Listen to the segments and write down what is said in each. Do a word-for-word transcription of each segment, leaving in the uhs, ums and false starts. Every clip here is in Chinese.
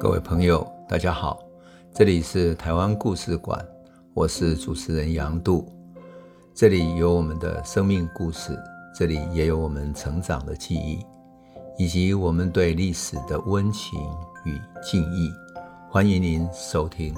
各位朋友大家好，这里是台湾故事馆，我是主持人杨度。这里有我们的生命故事，这里也有我们成长的记忆，以及我们对历史的温情与敬意。欢迎您收听。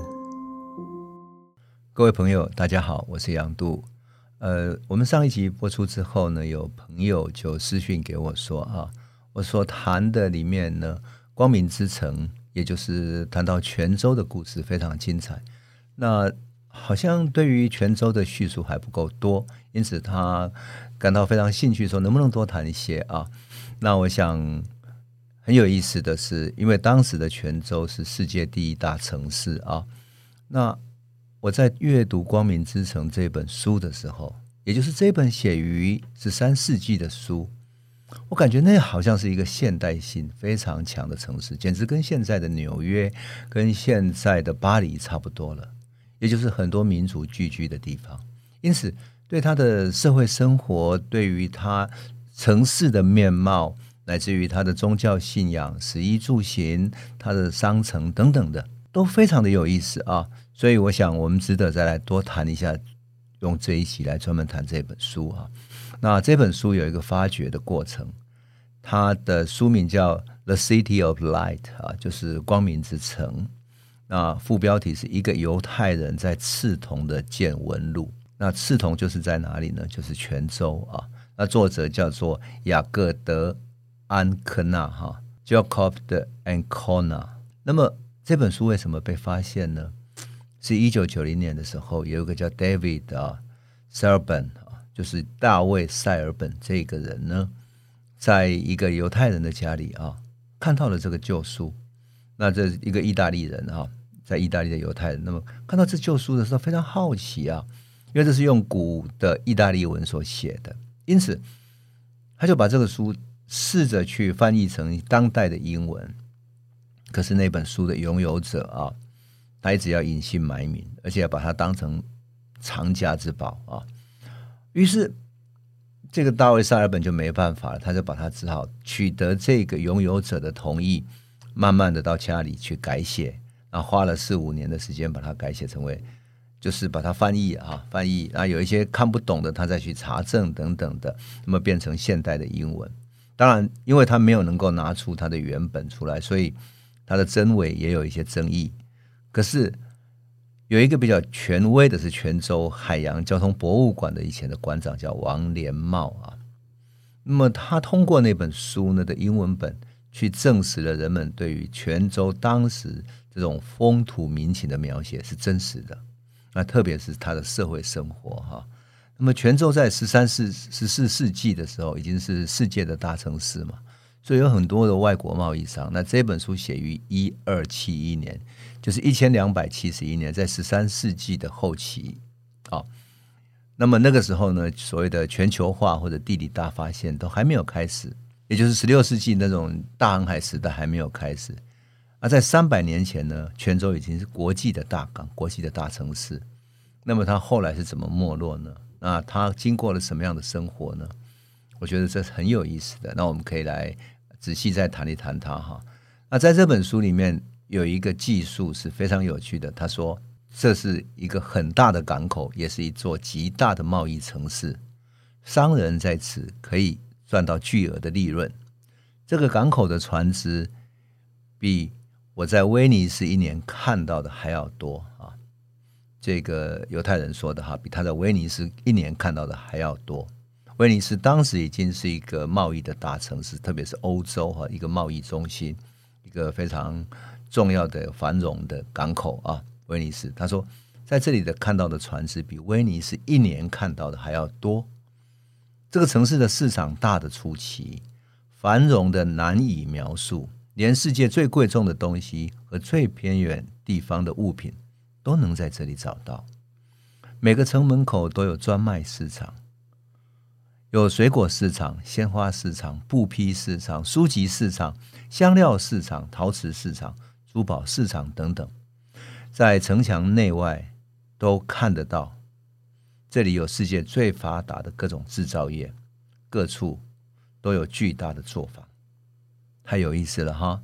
各位朋友大家好，我是杨度。呃，我们上一集播出之后呢，有朋友就私讯给我说啊，我所谈的里面呢，光明之城，也就是谈到泉州的故事非常精彩。那好像对于泉州的叙述还不够多，因此他感到非常兴趣，说能不能多谈一些啊？那我想很有意思的是，因为当时的泉州是世界第一大城市啊。那我在阅读《光明之城》这本书的时候，也就是这本写于十三世纪的书，我感觉那好像是一个现代性非常强的城市，简直跟现在的纽约跟现在的巴黎差不多了，也就是很多民族聚居的地方。因此对他的社会生活，对于他城市的面貌，乃至于他的宗教信仰、食衣住行、他的商城等等的，都非常的有意思啊。所以我想我们值得再来多谈一下，用这一期来专门谈这本书啊。那这本书有一个发掘的过程，它的书名叫 The City of Light 啊，就是光明之城。那副标题是一个犹太人在刺桐的见闻录。那刺桐就是在哪里呢？就是泉州啊。那作者叫做雅各德安科纳哈 Jacob de Ancona。那么这本书为什么被发现呢？是一九九零年的时候，有一个叫 David 啊 Serban 啊，就是大卫塞尔本这个人呢，在一个犹太人的家里啊，看到了这个旧书。那这一个意大利人啊，在意大利的犹太人，那么看到这旧书的时候非常好奇啊，因为这是用古的意大利文所写的，因此他就把这个书试着去翻译成当代的英文。可是那本书的拥有者啊，他一直要隐姓埋名，而且要把它当成藏家之宝啊。于是这个大卫塞尔本就没办法了，他就把他只好取得这个拥有者的同意，慢慢的到家里去改写，然后花了四五年的时间把它改写成为，就是把它翻译啊翻译，然后有一些看不懂的他再去查证等等的，那么变成现代的英文。当然因为他没有能够拿出他的原本出来，所以他的真伪也有一些争议。可是有一个比较权威的是泉州海洋交通博物馆的以前的馆长叫王连茂啊，那么他通过那本书呢的英文本去证实了人们对于泉州当时这种风土民情的描写是真实的，那特别是他的社会生活哈。那么泉州在十三、十四世纪的时候已经是世界的大城市嘛，所以有很多的外国贸易商。那这本书写于一二七一年，就是一千两百七十一年，在十三世纪的后期啊。那么那个时候呢，所谓的全球化或者地理大发现都还没有开始，也就是十六世纪那种大航海时代还没有开始。而在三百年前呢，泉州已经是国际的大港，国际的大城市。那么它后来是怎么没落呢？那它经过了什么样的生活呢？我觉得这是很有意思的，那我们可以来仔细再谈一谈它哈。那在这本书里面有一个技术是非常有趣的，他说这是一个很大的港口，也是一座极大的贸易城市，商人在此可以赚到巨额的利润。这个港口的船只比我在威尼斯一年看到的还要多啊，这个犹太人说的哈，比他在威尼斯一年看到的还要多。威尼斯当时已经是一个贸易的大城市，特别是欧洲一个贸易中心，一个非常重要的繁荣的港口啊。威尼斯他说在这里的看到的船只比威尼斯一年看到的还要多。这个城市的市场大的出奇，繁荣的难以描述，连世界最贵重的东西和最偏远地方的物品都能在这里找到。每个城门口都有专卖市场，有水果市场、鲜花市场、布匹市场、书籍市场、香料市场、陶瓷市场、珠宝市场等等，在城墙内外都看得到。这里有世界最发达的各种制造业，各处都有巨大的作坊，太有意思了哈。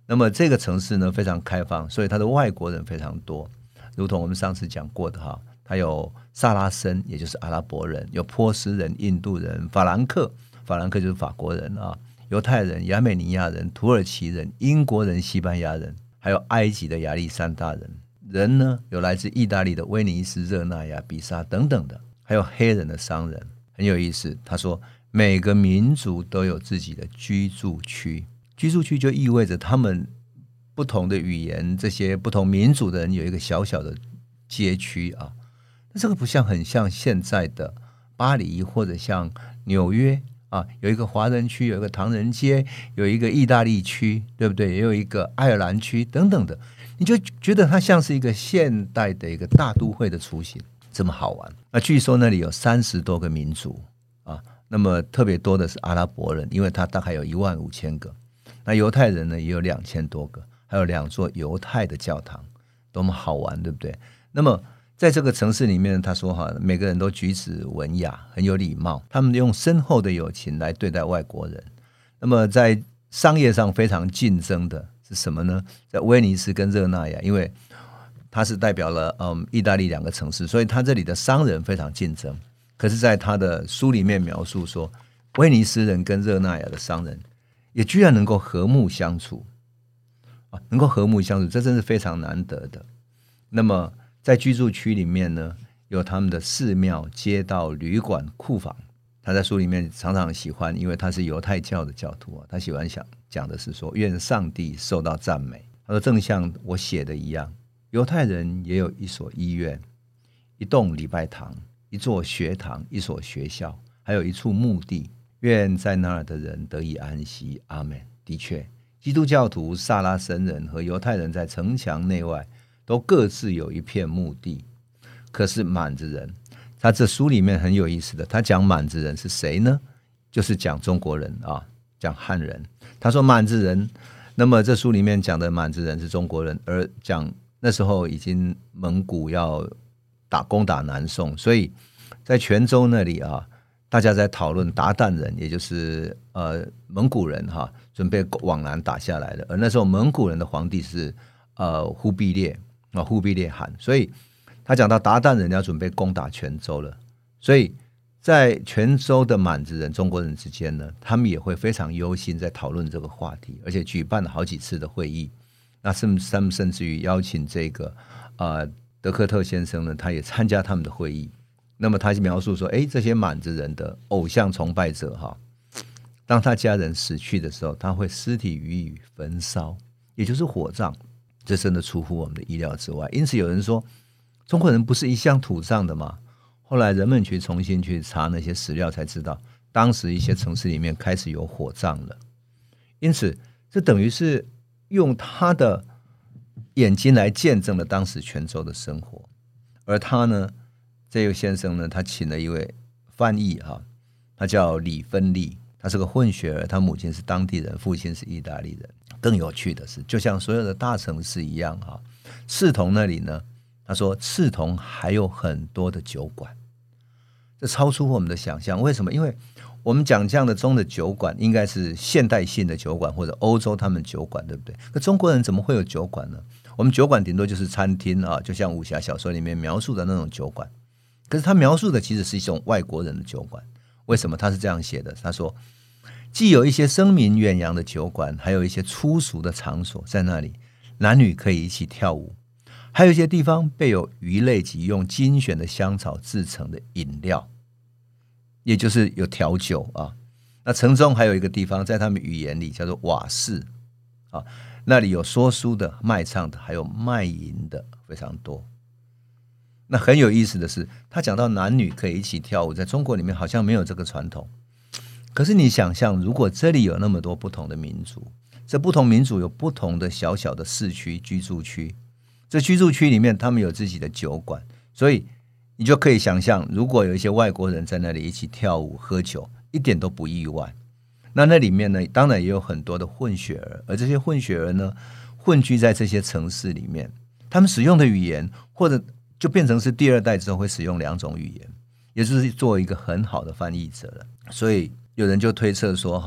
那么这个城市呢非常开放，所以它的外国人非常多，如同我们上次讲过的哈，它有萨拉森，也就是阿拉伯人，有波斯人、印度人、法兰克，法兰克就是法国人啊，犹太人、亚美尼亚人、土耳其人、英国人、西班牙人，还有埃及的亚历山大人。人呢有来自意大利的威尼斯、热那亚、比萨等等的，还有黑人的商人，很有意思。他说每个民族都有自己的居住区，居住区就意味着他们不同的语言，这些不同民族的人有一个小小的街区啊。那这个不像很像现在的巴黎或者像纽约啊，有一个华人区，有一个唐人街，有一个意大利区，对不对？也有一个爱尔兰区等等的，你就觉得它像是一个现代的一个大都会的雏形，这么好玩。那据说那里有三十多个民族啊，那么特别多的是阿拉伯人，因为它大概有一万五千个。那犹太人呢也有两千多个，还有两座犹太的教堂，多么好玩，对不对？那么在这个城市里面，他说哈，每个人都举止文雅，很有礼貌，他们用深厚的友情来对待外国人。那么在商业上非常竞争的是什么呢？在威尼斯跟热那亚，因为它是代表了嗯意大利两个城市，所以它这里的商人非常竞争。可是在他的书里面描述说，威尼斯人跟热那亚的商人也居然能够和睦相处啊，能够和睦相处，这真是非常难得的。那么在居住区里面呢，有他们的寺庙、街道、旅馆、库房。他在书里面常常喜欢，因为他是犹太教的教徒，他喜欢想讲的是说，愿上帝受到赞美。他说正像我写的一样，犹太人也有一所医院，一栋礼拜堂，一座学堂，一所学校，还有一处墓地，愿在那儿的人得以安息。阿们。的确，基督教徒、萨拉森人和犹太人在城墙内外都各自有一片墓地。可是满子人，他这书里面很有意思的，他讲满子人是谁呢？就是讲中国人啊，讲汉人。他说满子人，那么这书里面讲的满子人是中国人，而讲那时候已经蒙古要打攻打南宋，所以在泉州那里啊，大家在讨论鞑靼人，也就是呃蒙古人哈、啊，准备往南打下来了。而那时候蒙古人的皇帝是呃忽必烈啊，忽必烈汗，所以他讲到鞑靼人要准备攻打泉州了，所以在泉州的满子人、中国人之间呢，他们也会非常忧心在讨论这个话题，而且举办了好几次的会议。那甚他们甚至于邀请这个呃德克特先生呢，他也参加他们的会议。那么他描述说，哎，这些满子人的偶像崇拜者哈，当他家人死去的时候，他会尸体予以焚烧，也就是火葬。这真的出乎我们的意料之外。因此有人说，中国人不是一向土葬的吗？后来人们去重新去查那些史料，才知道当时一些城市里面开始有火葬了。因此这等于是用他的眼睛来见证了当时泉州的生活。而他呢，这位先生呢，他请了一位翻译哈，他叫李芬利，他是个混血儿，他母亲是当地人，父亲是意大利人。更有趣的是，就像所有的大城市一样哈，赤桐那里呢，他说赤桐还有很多的酒馆，这超出我们的想象。为什么？因为我们讲这样的中的酒馆应该是现代性的酒馆，或者欧洲他们酒馆，对不对？可中国人怎么会有酒馆呢？我们酒馆顶多就是餐厅啊，就像武侠小说里面描述的那种酒馆。可是他描述的其实是一种外国人的酒馆。为什么他是这样写的？他说既有一些声名远扬的酒馆，还有一些粗俗的场所，在那里男女可以一起跳舞，还有一些地方备有鱼类及用精选的香草制成的饮料，也就是有调酒啊。那城中还有一个地方，在他们语言里叫做瓦市啊，那里有说书的、卖唱的，还有卖淫的，非常多。那很有意思的是，他讲到男女可以一起跳舞，在中国里面好像没有这个传统。可是你想象，如果这里有那么多不同的民族，这不同民族有不同的小小的市区、居住区，这居住区里面他们有自己的酒馆，所以你就可以想象，如果有一些外国人在那里一起跳舞、喝酒，一点都不意外。那那里面呢，当然也有很多的混血儿，而这些混血儿呢，混居在这些城市里面，他们使用的语言，或者就变成是第二代之后会使用两种语言，也就是做一个很好的翻译者了。所以有人就推测说哈，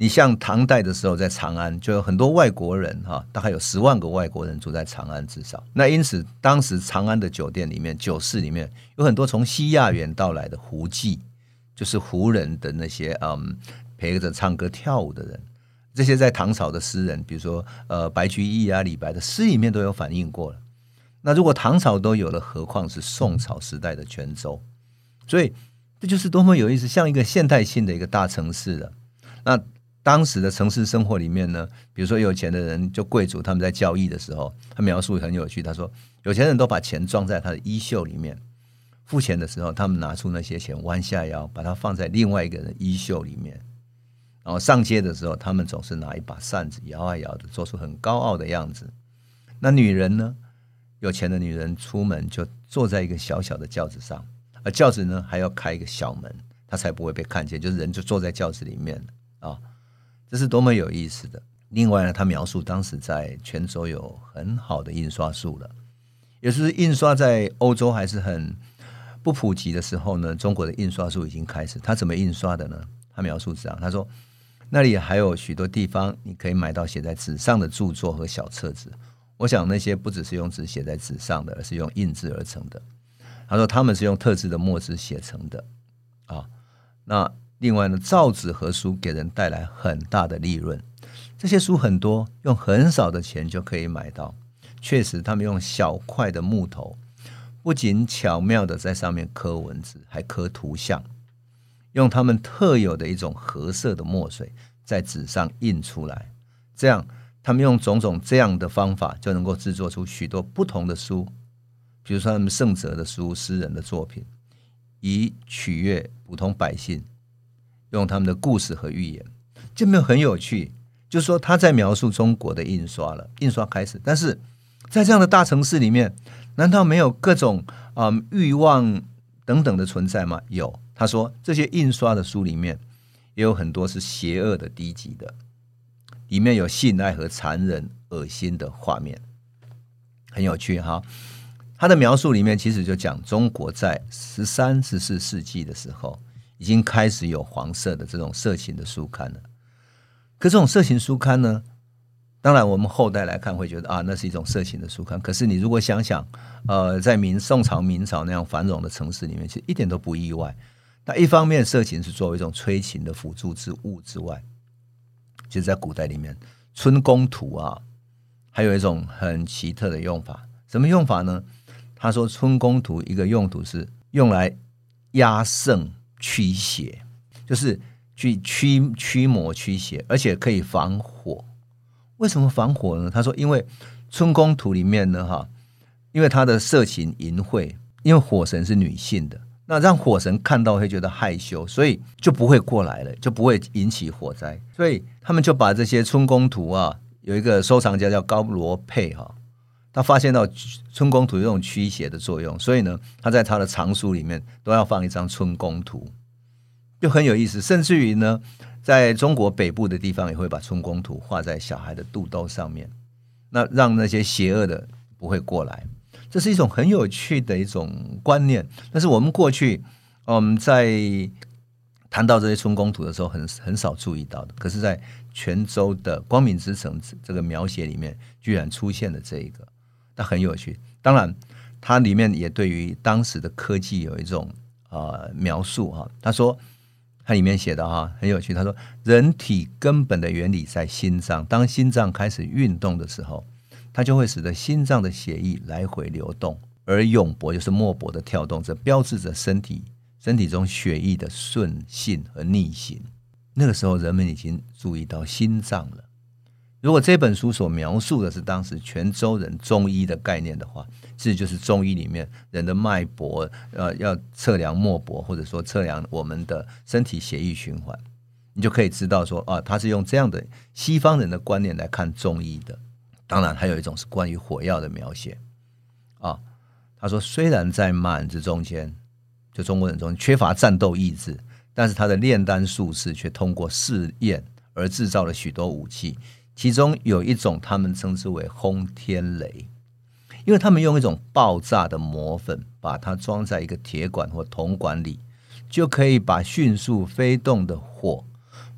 你像唐代的时候，在长安就有很多外国人哈，大概有十万个外国人住在长安至少。那因此，当时长安的酒店里面、酒肆里面有很多从西亚园到来的胡妓，就是胡人的那些嗯陪着唱歌跳舞的人。这些在唐朝的诗人，比如说呃白居易啊、李白的诗里面都有反映过了。那如果唐朝都有了，何况是宋朝时代的泉州？所以这就是多么有意思，像一个现代性的一个大城市了。那当时的城市生活里面呢，比如说有钱的人，就贵族，他们在交易的时候，他描述很有趣。他说，有钱人都把钱装在他的衣袖里面，付钱的时候，他们拿出那些钱，弯下腰，把它放在另外一个人衣袖里面。然后上街的时候，他们总是拿一把扇子摇啊摇的，做出很高傲的样子。那女人呢？有钱的女人出门就坐在一个小小的轿子上，而轿子呢还要开一个小门，她才不会被看见，就是人就坐在轿子里面啊。这是多么有意思的。另外呢，他描述当时在泉州有很好的印刷术了，也就是印刷在欧洲还是很不普及的时候呢，中国的印刷术已经开始。他怎么印刷的呢？他描述这样，他说那里还有许多地方你可以买到写在纸上的著作和小册子，我想那些不只是用纸写在纸上的，而是用印制而成的。他说他们是用特制的墨汁写成的啊。那另外呢，造纸和书给人带来很大的利润，这些书很多，用很少的钱就可以买到。确实他们用小块的木头，不仅巧妙的在上面刻文字，还刻图像，用他们特有的一种褐色的墨水在纸上印出来，这样他们用种种这样的方法就能够制作出许多不同的书，比如说他们圣哲的书、诗人的作品，以取悦普通百姓，用他们的故事和寓言。这没有很有趣，就是说他在描述中国的印刷了，印刷开始，但是在这样的大城市里面，难道没有各种、嗯、欲望等等的存在吗？有。他说这些印刷的书里面也有很多是邪恶的、低级的，里面有性爱和残忍恶心的画面，很有趣哈。他的描述里面其实就讲中国在十三、十四世纪的时候已经开始有黄色的这种色情的书刊了。可这种色情书刊呢，当然我们后代来看会觉得啊，那是一种色情的书刊。可是你如果想想，呃，在明宋朝、明朝那样繁荣的城市里面，其实一点都不意外。那一方面，色情是作为一种催情的辅助之物之外，其实在古代里面，春宫图啊，还有一种很奇特的用法。什么用法呢？他说春宫图一个用途是用来压盛驱邪，就是去驱驱魔驱邪，而且可以防火。为什么防火呢？他说因为春宫图里面呢，哈，因为它的色情淫秽，因为火神是女性的，那让火神看到会觉得害羞，所以就不会过来了，就不会引起火灾。所以他们就把这些春宫图啊，有一个收藏家叫高罗佩哈，他发现到春宫图有这种驱邪的作用，所以呢，他在他的藏书里面都要放一张春宫图，就很有意思。甚至于呢，在中国北部的地方也会把春宫图画在小孩的肚兜上面，那让那些邪恶的不会过来。这是一种很有趣的一种观念，但是我们过去我们在谈到这些春宫图的时候 很, 很少注意到的，可是在泉州的光明之城这个描写里面居然出现了这一个，那很有趣。当然它里面也对于当时的科技有一种、呃、描述哈。他说它里面写的哈很有趣，他说人体根本的原理在心脏，当心脏开始运动的时候，它就会使得心脏的血液来回流动，而涌搏就是脉搏的跳动，这标志着身体身体中血液的顺行和逆行。那个时候人们已经注意到心脏了。如果这本书所描述的是当时泉州人中医的概念的话，其实就是中医里面人的脉搏、呃、要测量脉搏，或者说测量我们的身体血液循环，你就可以知道说啊，他是用这样的西方人的观念来看中医的。当然还有一种是关于火药的描写啊。他说虽然在满子中间，就中国人中间缺乏战斗意志，但是他的炼丹术士却通过试验而制造了许多武器，其中有一种他们称之为轰天雷，因为他们用一种爆炸的磨粉把它装在一个铁管或铜管里，就可以把迅速飞动的火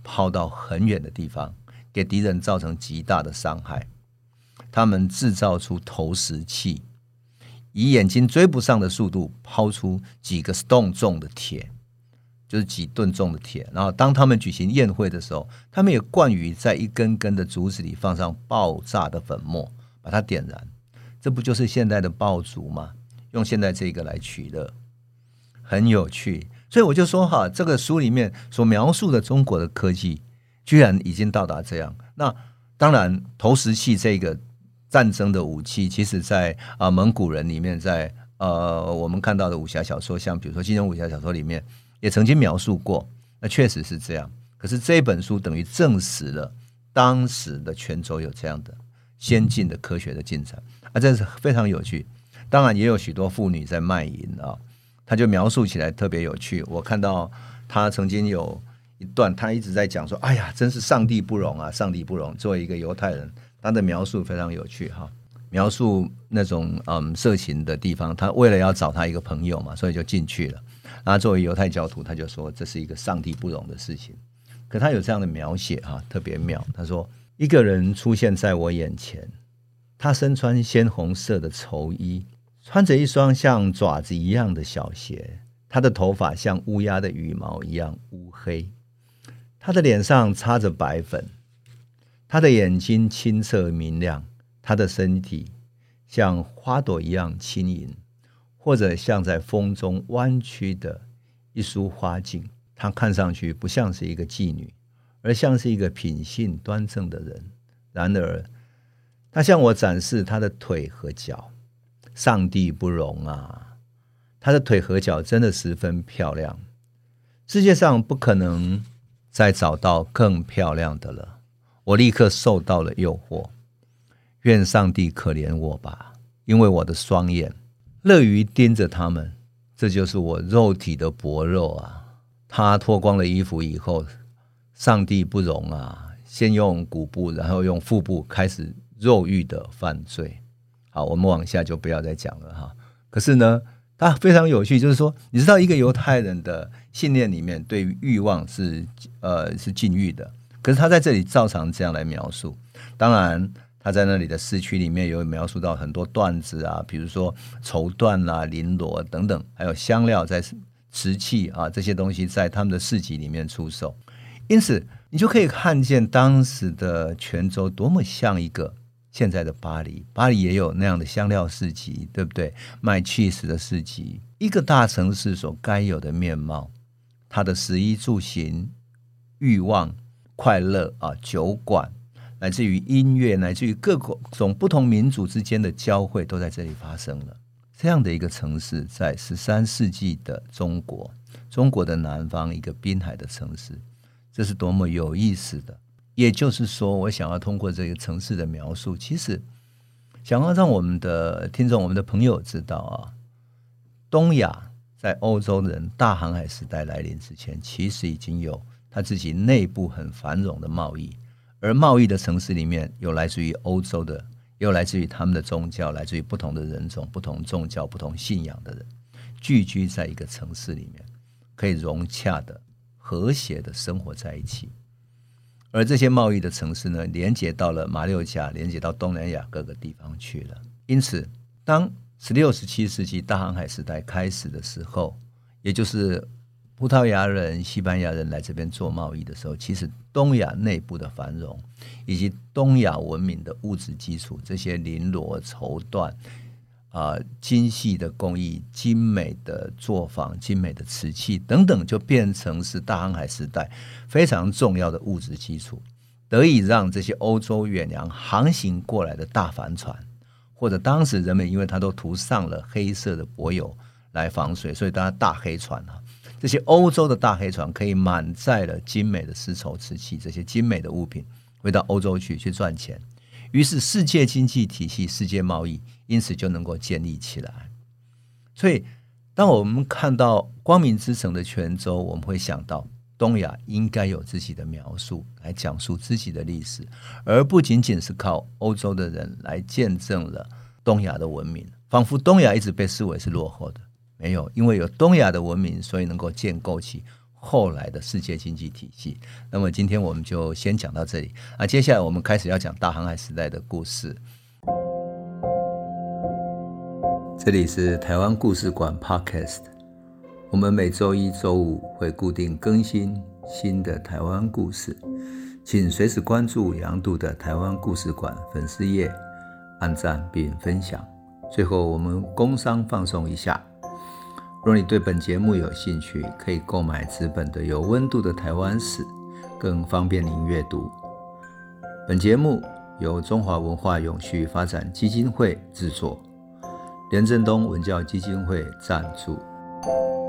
抛到很远的地方，给敌人造成极大的伤害。他们制造出投石器，以眼睛追不上的速度抛出几个 stone 重的铁，就是几吨重的铁。然后当他们举行宴会的时候，他们也惯于在一根根的竹子里放上爆炸的粉末，把它点燃。这不就是现代的爆竹吗？用现在这个来取乐，很有趣。所以我就说哈，这个书里面所描述的中国的科技居然已经到达这样。那当然投石器这个战争的武器，其实在、呃、蒙古人里面，在呃我们看到的武侠小说，像比如说金庸武侠小说里面也曾经描述过，那确实是这样。可是这本书等于证实了当时的泉州有这样的先进的科学的进展啊，这是非常有趣。当然也有许多妇女在卖淫啊，他就描述起来特别有趣。我看到他曾经有一段，他一直在讲说：“哎呀，真是上帝不容啊，上帝不容。”作为一个犹太人，他的描述非常有趣哈。描述那种嗯色情的地方，他为了要找他一个朋友嘛，所以就进去了。然后作为犹太教徒，他就说这是一个上帝不容的事情。可他有这样的描写哈，特别妙。他说：“一个人出现在我眼前，他身穿鲜红色的绸衣。”穿着一双像爪子一样的小鞋，他的头发像乌鸦的羽毛一样乌黑，他的脸上擦着白粉，他的眼睛清澈明亮，他的身体像花朵一样轻盈，或者像在风中弯曲的一束花茎。他看上去不像是一个妓女，而像是一个品性端正的人。然而他向我展示他的腿和脚，上帝不容啊！她的腿和脚真的十分漂亮，世界上不可能再找到更漂亮的了。我立刻受到了诱惑，愿上帝可怜我吧，因为我的双眼乐于盯着他们，这就是我肉体的薄肉啊！他脱光了衣服以后，上帝不容啊！先用骨部，然后用腹部开始肉欲的犯罪。好，我们往下就不要再讲了哈。可是呢，它非常有趣，就是说，你知道一个犹太人的信念里面，对于欲望是呃是禁欲的，可是他在这里照常这样来描述。当然，他在那里的市区里面有描述到很多段子啊，比如说绸缎啊、绫罗等等，还有香料在瓷器啊这些东西在他们的市集里面出售。因此，你就可以看见当时的泉州多么像一个现在的巴黎，巴黎也有那样的香料市集，对不对？卖 cheese 的市集，一个大城市所该有的面貌，它的食衣住行、欲望、快乐啊，酒馆，来自于音乐，来自于各种不同民族之间的交汇，都在这里发生了。这样的一个城市，在十三世纪的中国，中国的南方一个滨海的城市，这是多么有意思的。也就是说，我想要通过这个城市的描述，其实想要让我们的听众、我们的朋友知道啊，东亚在欧洲人大航海时代来临之前，其实已经有他自己内部很繁荣的贸易，而贸易的城市里面有来自于欧洲的，也有来自于他们的宗教，来自于不同的人种、不同宗教、不同信仰的人聚居在一个城市里面，可以融洽的、和谐的生活在一起。而这些贸易的城市呢，连接到了马六甲，连接到东南亚各个地方去了。因此，当十六、十七世纪大航海时代开始的时候，也就是葡萄牙人、西班牙人来这边做贸易的时候，其实东亚内部的繁荣，以及东亚文明的物质基础，这些绫罗、绸缎啊，精细的工艺、精美的作坊、精美的瓷器等等，就变成是大航海时代非常重要的物质基础，得以让这些欧洲远洋航行过来的大帆船，或者当时人们因为它都涂上了黑色的柏油来防水，所以大家大黑船啊，这些欧洲的大黑船可以满载了精美的丝绸、瓷器这些精美的物品回到欧洲去去赚钱。于是世界经济体系、世界贸易因此就能够建立起来。所以当我们看到光明之城的泉州，我们会想到东亚应该有自己的描述来讲述自己的历史，而不仅仅是靠欧洲的人来见证了东亚的文明，仿佛东亚一直被视为是落后的。没有，因为有东亚的文明，所以能够建构起后来的世界经济体系。那么今天我们就先讲到这里啊，接下来我们开始要讲大航海时代的故事。这里是台湾故事馆 Podcast， 我们每周一、周五会固定更新新的台湾故事，请随时关注杨渡的台湾故事馆粉丝页，按赞并分享。最后我们工商放送一下，若你对本节目有兴趣，可以购买纸本的有温度的台湾史，更方便您阅读。本节目由中华文化永续发展基金会制作，连震东文教基金会赞助。